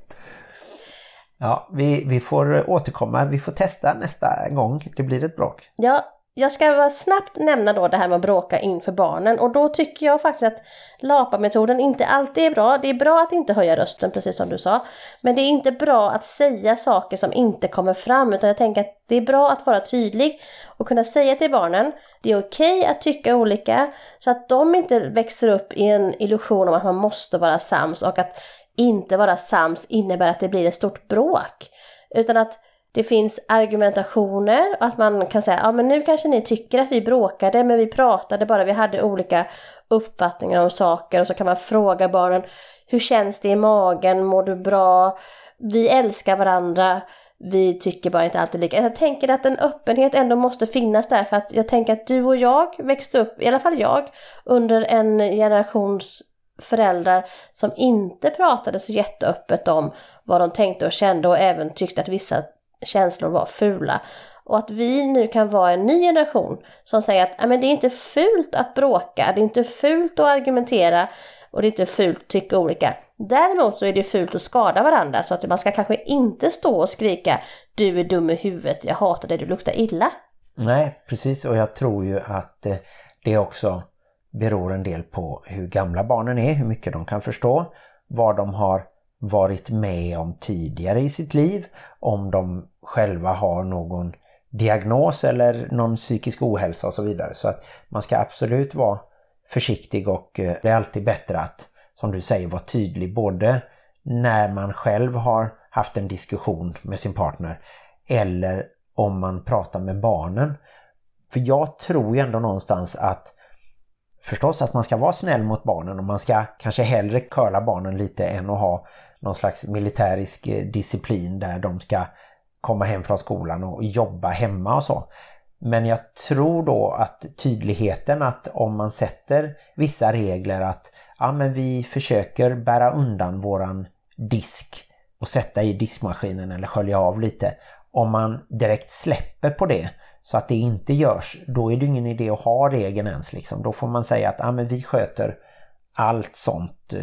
Ja, vi får återkomma. Vi får testa nästa gång det blir ett bråk. Ja, jag ska snabbt nämna då det här med att bråka inför barnen. Och då tycker jag faktiskt att LAPA-metoden inte alltid är bra. Det är bra att inte höja rösten, precis som du sa. Men det är inte bra att säga saker som inte kommer fram. Utan jag tänker att det är bra att vara tydlig och kunna säga till barnen. Det är okej att tycka olika. Så att de inte växer upp i en illusion om att man måste vara sams. Och att inte vara sams innebär att det blir ett stort bråk. Utan att det finns argumentationer och att man kan säga, ja men nu kanske ni tycker att vi bråkade, men vi pratade bara, vi hade olika uppfattningar om saker. Och så kan man fråga barnen, hur känns det i magen, mår du bra, vi älskar varandra, vi tycker bara inte alltid lika. Jag tänker att en öppenhet ändå måste finnas där, för att jag tänker att du och jag växte upp, i alla fall jag, under en generations föräldrar som inte pratade så jätteöppet om vad de tänkte och kände, och även tyckte att vissa känslor var fula. Och att vi nu kan vara en ny generation som säger att men det är inte fult att bråka, det är inte fult att argumentera och det är inte fult att tycka olika. Däremot så är det fult att skada varandra, så att man ska kanske inte stå och skrika, du är dum i huvudet, jag hatar det, du luktar illa. Nej, precis, och jag tror ju att det också beror en del på hur gamla barnen är, hur mycket de kan förstå, vad de har varit med om tidigare i sitt liv, om de själva har någon diagnos eller någon psykisk ohälsa och så vidare. Så att man ska absolut vara försiktig, och det är alltid bättre att, som du säger, vara tydlig både när man själv har haft en diskussion med sin partner eller om man pratar med barnen. För jag tror ju ändå någonstans att förstås att man ska vara snäll mot barnen, och man ska kanske hellre curla barnen lite än att ha någon slags militärisk disciplin där de ska komma hem från skolan och jobba hemma och så. Men jag tror då att tydligheten, att om man sätter vissa regler, att ja, men vi försöker bära undan våran disk och sätta i diskmaskinen eller skölja av lite. Om man direkt släpper på det så att det inte görs, då är det ingen idé att ha regeln ens. Liksom. Då får man säga att ja, men vi sköter allt sånt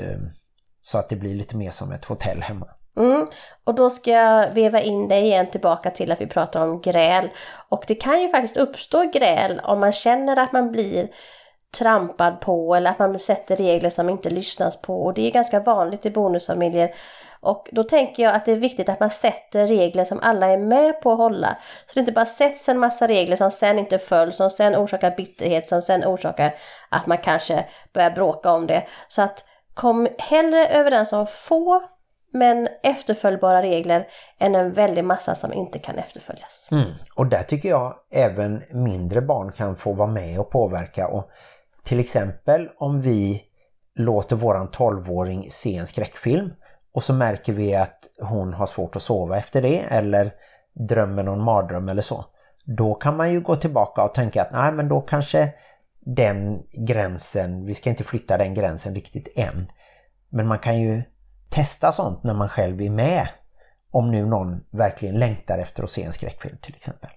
så att det blir lite mer som ett hotell hemma. Och då ska jag veva in det igen tillbaka till att vi pratar om gräl. Och det kan ju faktiskt uppstå gräl om man känner att man blir trampad på, eller att man sätter regler som inte lyssnas på. Och det är ganska vanligt i bonusfamiljer. Och då tänker jag att det är viktigt att man sätter regler som alla är med på att hålla. Så det inte bara sätts en massa regler som sen inte följs, som sen orsakar bitterhet, som sen orsakar att man kanske börjar bråka om det. Så att kom hellre överens om få men efterföljbara regler än en väldig massa som inte kan efterföljas. Och där tycker jag även mindre barn kan få vara med och påverka. Och till exempel om vi låter våran 12-åring se en skräckfilm och så märker vi att hon har svårt att sova efter det eller drömmer någon mardröm eller så. Då kan man ju gå tillbaka och tänka att nej, men då kanske den gränsen, vi ska inte flytta den gränsen riktigt än. Men man kan ju testa sånt när man själv är med, om nu någon verkligen längtar efter att se en skräckfilm till exempel.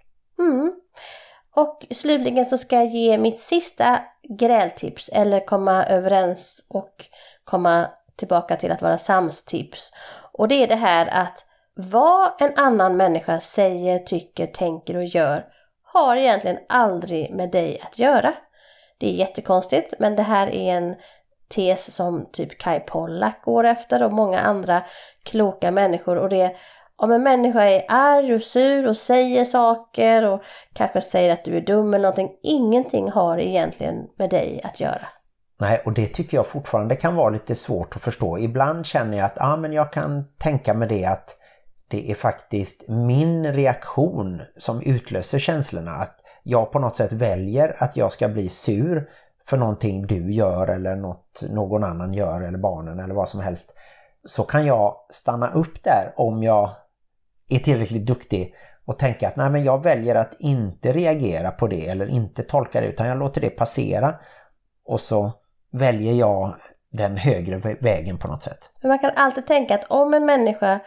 Och slutligen så ska jag ge mitt sista grältips, eller komma överens och komma tillbaka till att vara sams-tips. Och det är det här att vad en annan människa säger, tycker, tänker och gör har egentligen aldrig med dig att göra. Det är jättekonstigt, men det här är en tes som typ Kai Pollak går efter och många andra kloka människor. Och det, om en människa är arg och sur och säger saker och kanske säger att du är dum eller någonting, ingenting har egentligen med dig att göra. Nej, och det tycker jag fortfarande kan vara lite svårt att förstå. Ibland känner jag att men jag kan tänka mig det, att det är faktiskt min reaktion som utlöser känslorna. Att jag på något sätt väljer att jag ska bli sur för någonting du gör eller någon annan gör, eller barnen eller vad som helst. Så kan jag stanna upp där om jag är tillräckligt duktig och tänka att nej, men jag väljer att inte reagera på det eller inte tolka det, utan jag låter det passera och så väljer jag den högre vägen på något sätt. Men man kan alltid tänka att om en människa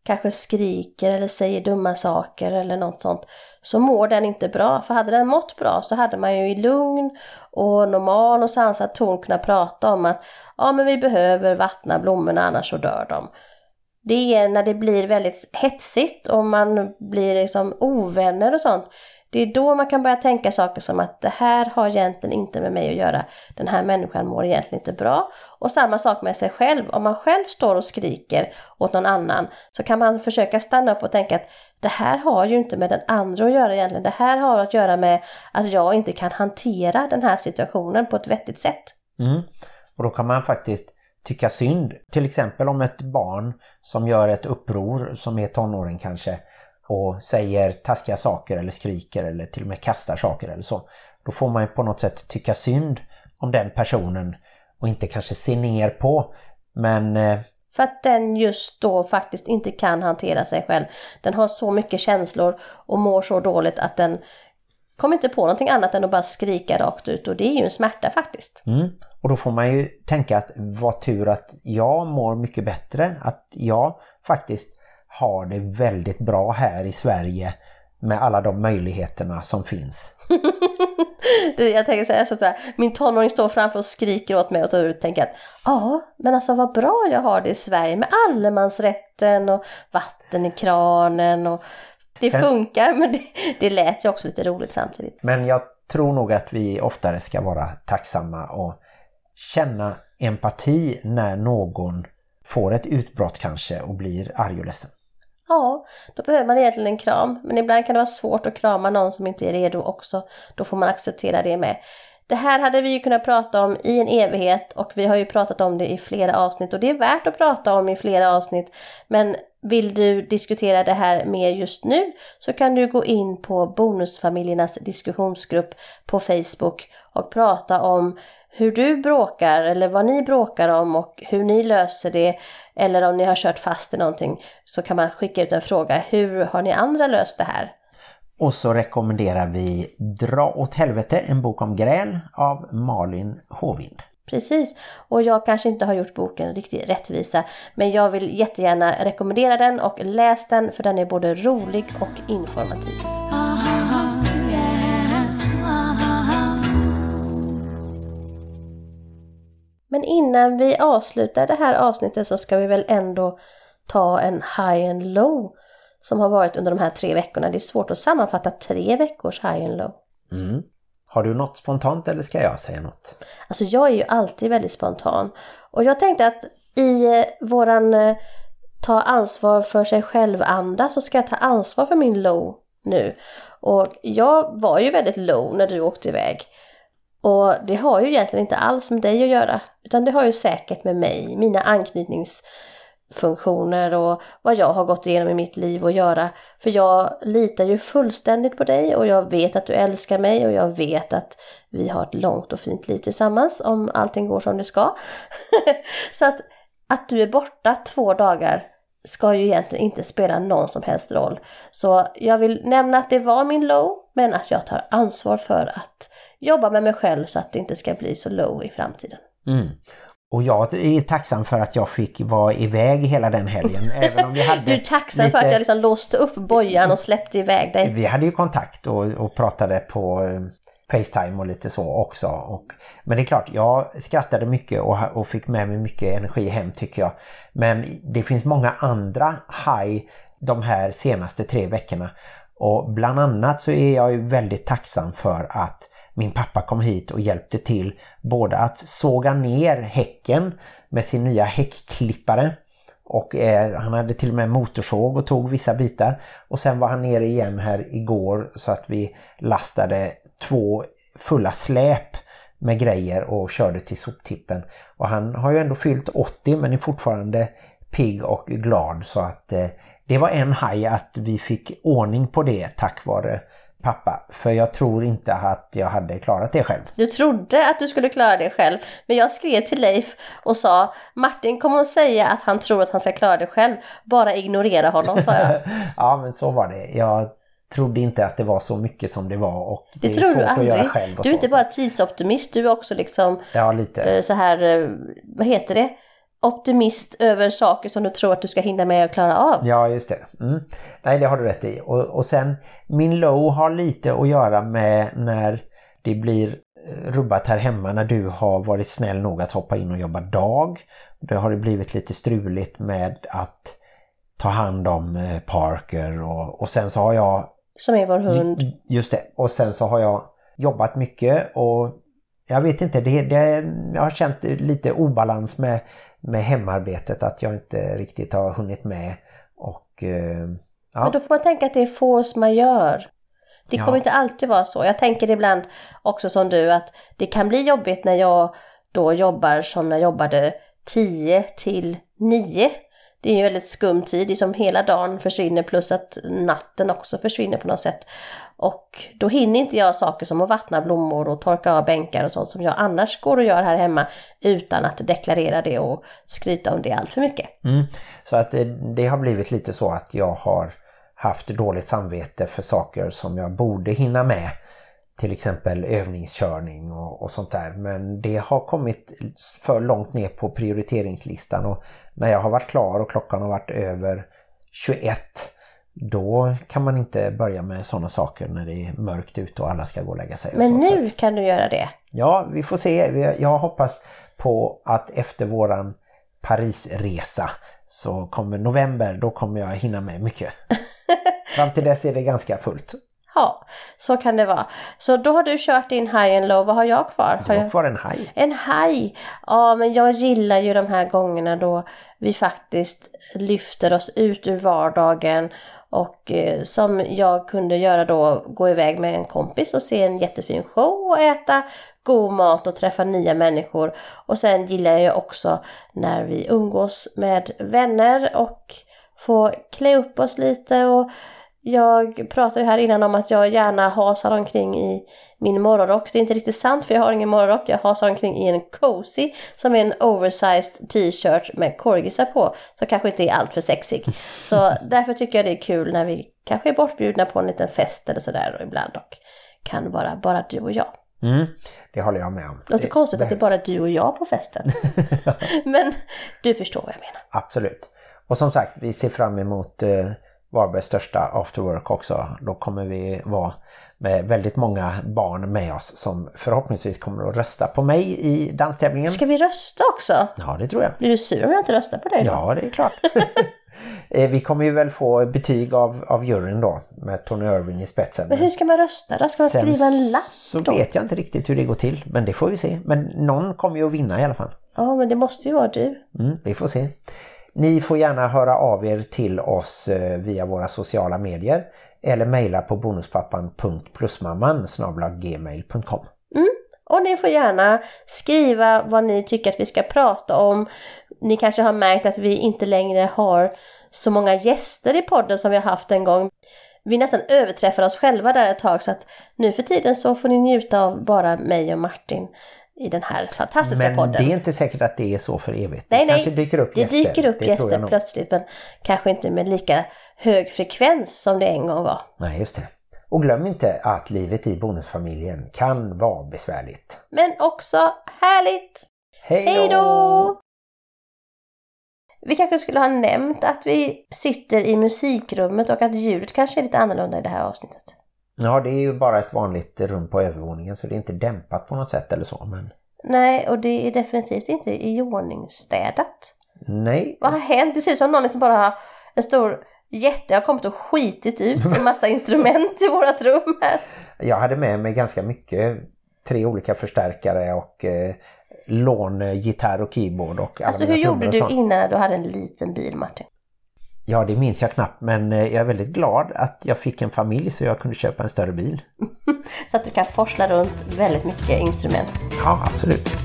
kanske skriker eller säger dumma saker eller något sånt, så mår den inte bra. För hade den mått bra så hade man ju i lugn och normal och sansad ton kunnat prata om att ja, men vi behöver vattna blommorna annars så dör de. Det är när det blir väldigt hetsigt och man blir liksom ovänner och sånt. Det är då man kan börja tänka saker som att det här har egentligen inte med mig att göra. Den här människan mår egentligen inte bra. Och samma sak med sig själv. Om man själv står och skriker åt någon annan så kan man försöka stanna upp och tänka att det här har ju inte med den andra att göra egentligen. Det här har att göra med att jag inte kan hantera den här situationen på ett vettigt sätt. Och då kan man faktiskt tycka synd. Till exempel om ett barn som gör ett uppror som är tonåring kanske och säger taskiga saker eller skriker eller till och med kastar saker eller så. Då får man på något sätt tycka synd om den personen och inte kanske se ner på. Men för att den just då faktiskt inte kan hantera sig själv. Den har så mycket känslor och mår så dåligt att den kommer inte på någonting annat än att bara skrika rakt ut. Och det är ju en smärta faktiskt. Och då får man ju tänka att vad tur att jag mår mycket bättre. Att jag faktiskt har det väldigt bra här i Sverige med alla de möjligheterna som finns. Jag tänker så här, min tonåring står framför och skriker åt mig och så tänker jag att ja, men alltså vad bra jag har det i Sverige med allemansrätten och vatten i kranen och det funkar, men det lät ju också lite roligt samtidigt. Men jag tror nog att vi oftare ska vara tacksamma och känna empati när någon får ett utbrott kanske och blir arg och ledsen. Ja, då behöver man egentligen en kram. Men ibland kan det vara svårt att krama någon som inte är redo också. Då får man acceptera det med. Det här hade vi ju kunnat prata om i en evighet och vi har ju pratat om det i flera avsnitt och det är värt att prata om i flera avsnitt. Men vill du diskutera det här mer just nu så kan du gå in på Bonusfamiljernas diskussionsgrupp på Facebook och prata om hur du bråkar eller vad ni bråkar om och hur ni löser det, eller om ni har kört fast i någonting så kan man skicka ut en fråga. Hur har ni andra löst det här? Och så rekommenderar vi Dra åt helvete, en bok om gräl av Malin Håvind. Precis, och jag kanske inte har gjort boken riktigt rättvisa, men jag vill jättegärna rekommendera den och läs den för den är både rolig och informativ. Men innan vi avslutar det här avsnittet så ska vi väl ändå ta en high and low som har varit under de här 3 veckorna. Det är svårt att sammanfatta 3 veckors high and low. Har du något spontant eller ska jag säga något? Alltså jag är ju alltid väldigt spontan. Och jag tänkte att i våran ta ansvar för sig själv-anda så ska jag ta ansvar för min low nu. Och jag var ju väldigt low när du åkte iväg. Och det har ju egentligen inte alls med dig att göra. Utan det har ju säkert med mig, mina anknytningsfunktioner och vad jag har gått igenom i mitt liv att göra. För jag litar ju fullständigt på dig och jag vet att du älskar mig och jag vet att vi har ett långt och fint liv tillsammans om allting går som det ska. Så att du är borta 2 dagar ska ju egentligen inte spela någon som helst roll. Så jag vill nämna att det var min low, men att jag tar ansvar för att jobba med mig själv så att det inte ska bli så low i framtiden. Och jag är tacksam för att jag fick vara iväg hela den helgen. Även om vi hade du är tacksam för att jag liksom låste upp bojan och släppte iväg dig. Vi hade ju kontakt och pratade på FaceTime och lite så också. Men det är klart, jag skrattade mycket och fick med mig mycket energi hem tycker jag. Men det finns många andra high de här senaste 3 veckorna. Och bland annat så är jag ju väldigt tacksam för att min pappa kom hit och hjälpte till både att såga ner häcken med sin nya häckklippare och han hade till och med motorsåg och tog vissa bitar och sen var han nere igen här igår så att vi lastade 2 fulla släp med grejer och körde till soptippen och han har ju ändå fyllt 80 men är fortfarande pigg och glad så att det var en high att vi fick ordning på det tack vare pappa, för jag tror inte att jag hade klarat det själv. Du trodde att du skulle klara det själv, men jag skrev till Leif och sa Martin kommer att säga att han tror att han ska klara det själv, bara ignorera honom, sa jag. Ja, men så var det. Jag trodde inte att det var så mycket som det var och det är tror svårt du aldrig. Att göra själv. Du är inte bara tidsoptimist, du är också liksom lite. Så här, vad heter det? optimist över saker som du tror att du ska hinna med och klara av. Ja, just det. Nej, det har du rätt i. Och sen, min low har lite att göra med när det blir rubbat här hemma, när du har varit snäll nog att hoppa in och jobba dag. Det har det blivit lite struligt med att ta hand om Parker och sen så har jag... Som är vår hund. Just det. Och sen så har jag jobbat mycket och jag vet inte, jag har känt lite obalans med hemarbetet, att jag inte riktigt har hunnit med. Och, ja. Men då får man tänka att det är force majeure. Det kommer inte alltid vara så. Jag tänker ibland också som du att det kan bli jobbigt när jag då jobbar som jag jobbade 10 till 9. Det är ju en väldigt skum tid, det är som hela dagen försvinner plus att natten också försvinner på något sätt. Och då hinner inte jag saker som att vattna blommor och torka av bänkar och sånt som jag annars går och gör här hemma utan att deklarera det och skryta om det allt för mycket. Så att det har blivit lite så att jag har haft dåligt samvete för saker som jag borde hinna med. Till exempel övningskörning och sånt där. Men det har kommit för långt ner på prioriteringslistan. Och när jag har varit klar och klockan har varit över 21, då kan man inte börja med sådana saker när det är mörkt ute och alla ska gå och lägga sig. Men nu kan du göra det. Ja, vi får se. Jag hoppas på att efter våran Parisresa så kommer november, då kommer jag hinna med mycket. Fram till dess är det ganska fullt. Ja, så kan det vara. Så då har du kört din high and low. Vad har jag kvar? Du har kvar en high. En high? Ja, men jag gillar ju de här gångerna då vi faktiskt lyfter oss ut ur vardagen. Och som jag kunde göra då, gå iväg med en kompis och se en jättefin show och äta god mat och träffa nya människor. Och sen gillar jag ju också när vi umgås med vänner och får klä upp oss lite. Och jag pratade ju här innan om att jag gärna hasar omkring i min morgonrock. Det är inte riktigt sant för jag har ingen morgonrock. Jag hasar omkring i en cozy som är en oversized t-shirt med corgisar på. Så kanske inte är allt för sexig. Så därför tycker jag det är kul när vi kanske är bortbjudna på en liten fest eller sådär. Och ibland och kan vara bara du och jag. Det håller jag med om. Det låter konstigt att det är bara du och jag på festen. Men du förstår vad jag menar. Absolut. Och som sagt, vi ser fram emot Varbergs största afterwork också. Då kommer vi vara med väldigt många barn med oss som förhoppningsvis kommer att rösta på mig i danstävlingen. Ska vi rösta också? Ja, det tror jag. Blir du sur om jag inte röstar på dig då? Ja, det är klart. Vi kommer ju väl få betyg av juryn då, med Tony Irving i spetsen. Men hur ska man rösta då? Ska man skriva en lapp då? Så vet jag inte riktigt hur det går till, men det får vi se. Men någon kommer ju att vinna i alla fall. Ja, men det måste ju vara du. Vi får se. Ni får gärna höra av er till oss via våra sociala medier eller mejla på bonuspappan.plusmamman@gmail.com. Och ni får gärna skriva vad ni tycker att vi ska prata om. Ni kanske har märkt att vi inte längre har så många gäster i podden som vi har haft en gång. Vi nästan överträffar oss själva där ett tag, så att nu för tiden så får ni njuta av bara mig och Martin i den här fantastiska podden. Men det är inte säkert att det är så för evigt. Nej, kanske dyker upp gäster. Det dyker upp gäster plötsligt, men kanske inte med lika hög frekvens som det en gång var. Nej, just det. Och glöm inte att livet i bonusfamiljen kan vara besvärligt. Men också härligt! Hej då! Vi kanske skulle ha nämnt att vi sitter i musikrummet och att ljudet kanske är lite annorlunda i det här avsnittet. Ja, det är ju bara ett vanligt rum på övervåningen, så det är inte dämpat på något sätt eller så. Men... Nej, och det är definitivt inte iordningsstädat. Nej. Vad har hänt? Det ser ut som någon som bara har en stor jätte har kommit och skitit ut en massa instrument i vårat rum här. Jag hade med mig ganska mycket, 3 olika förstärkare och långitarr och keyboard och alla. Alltså hur gjorde du innan du hade en liten bil, Martin? Ja, det minns jag knappt, men jag är väldigt glad att jag fick en familj så jag kunde köpa en större bil. Så att du kan forsla runt väldigt mycket instrument. Ja, absolut.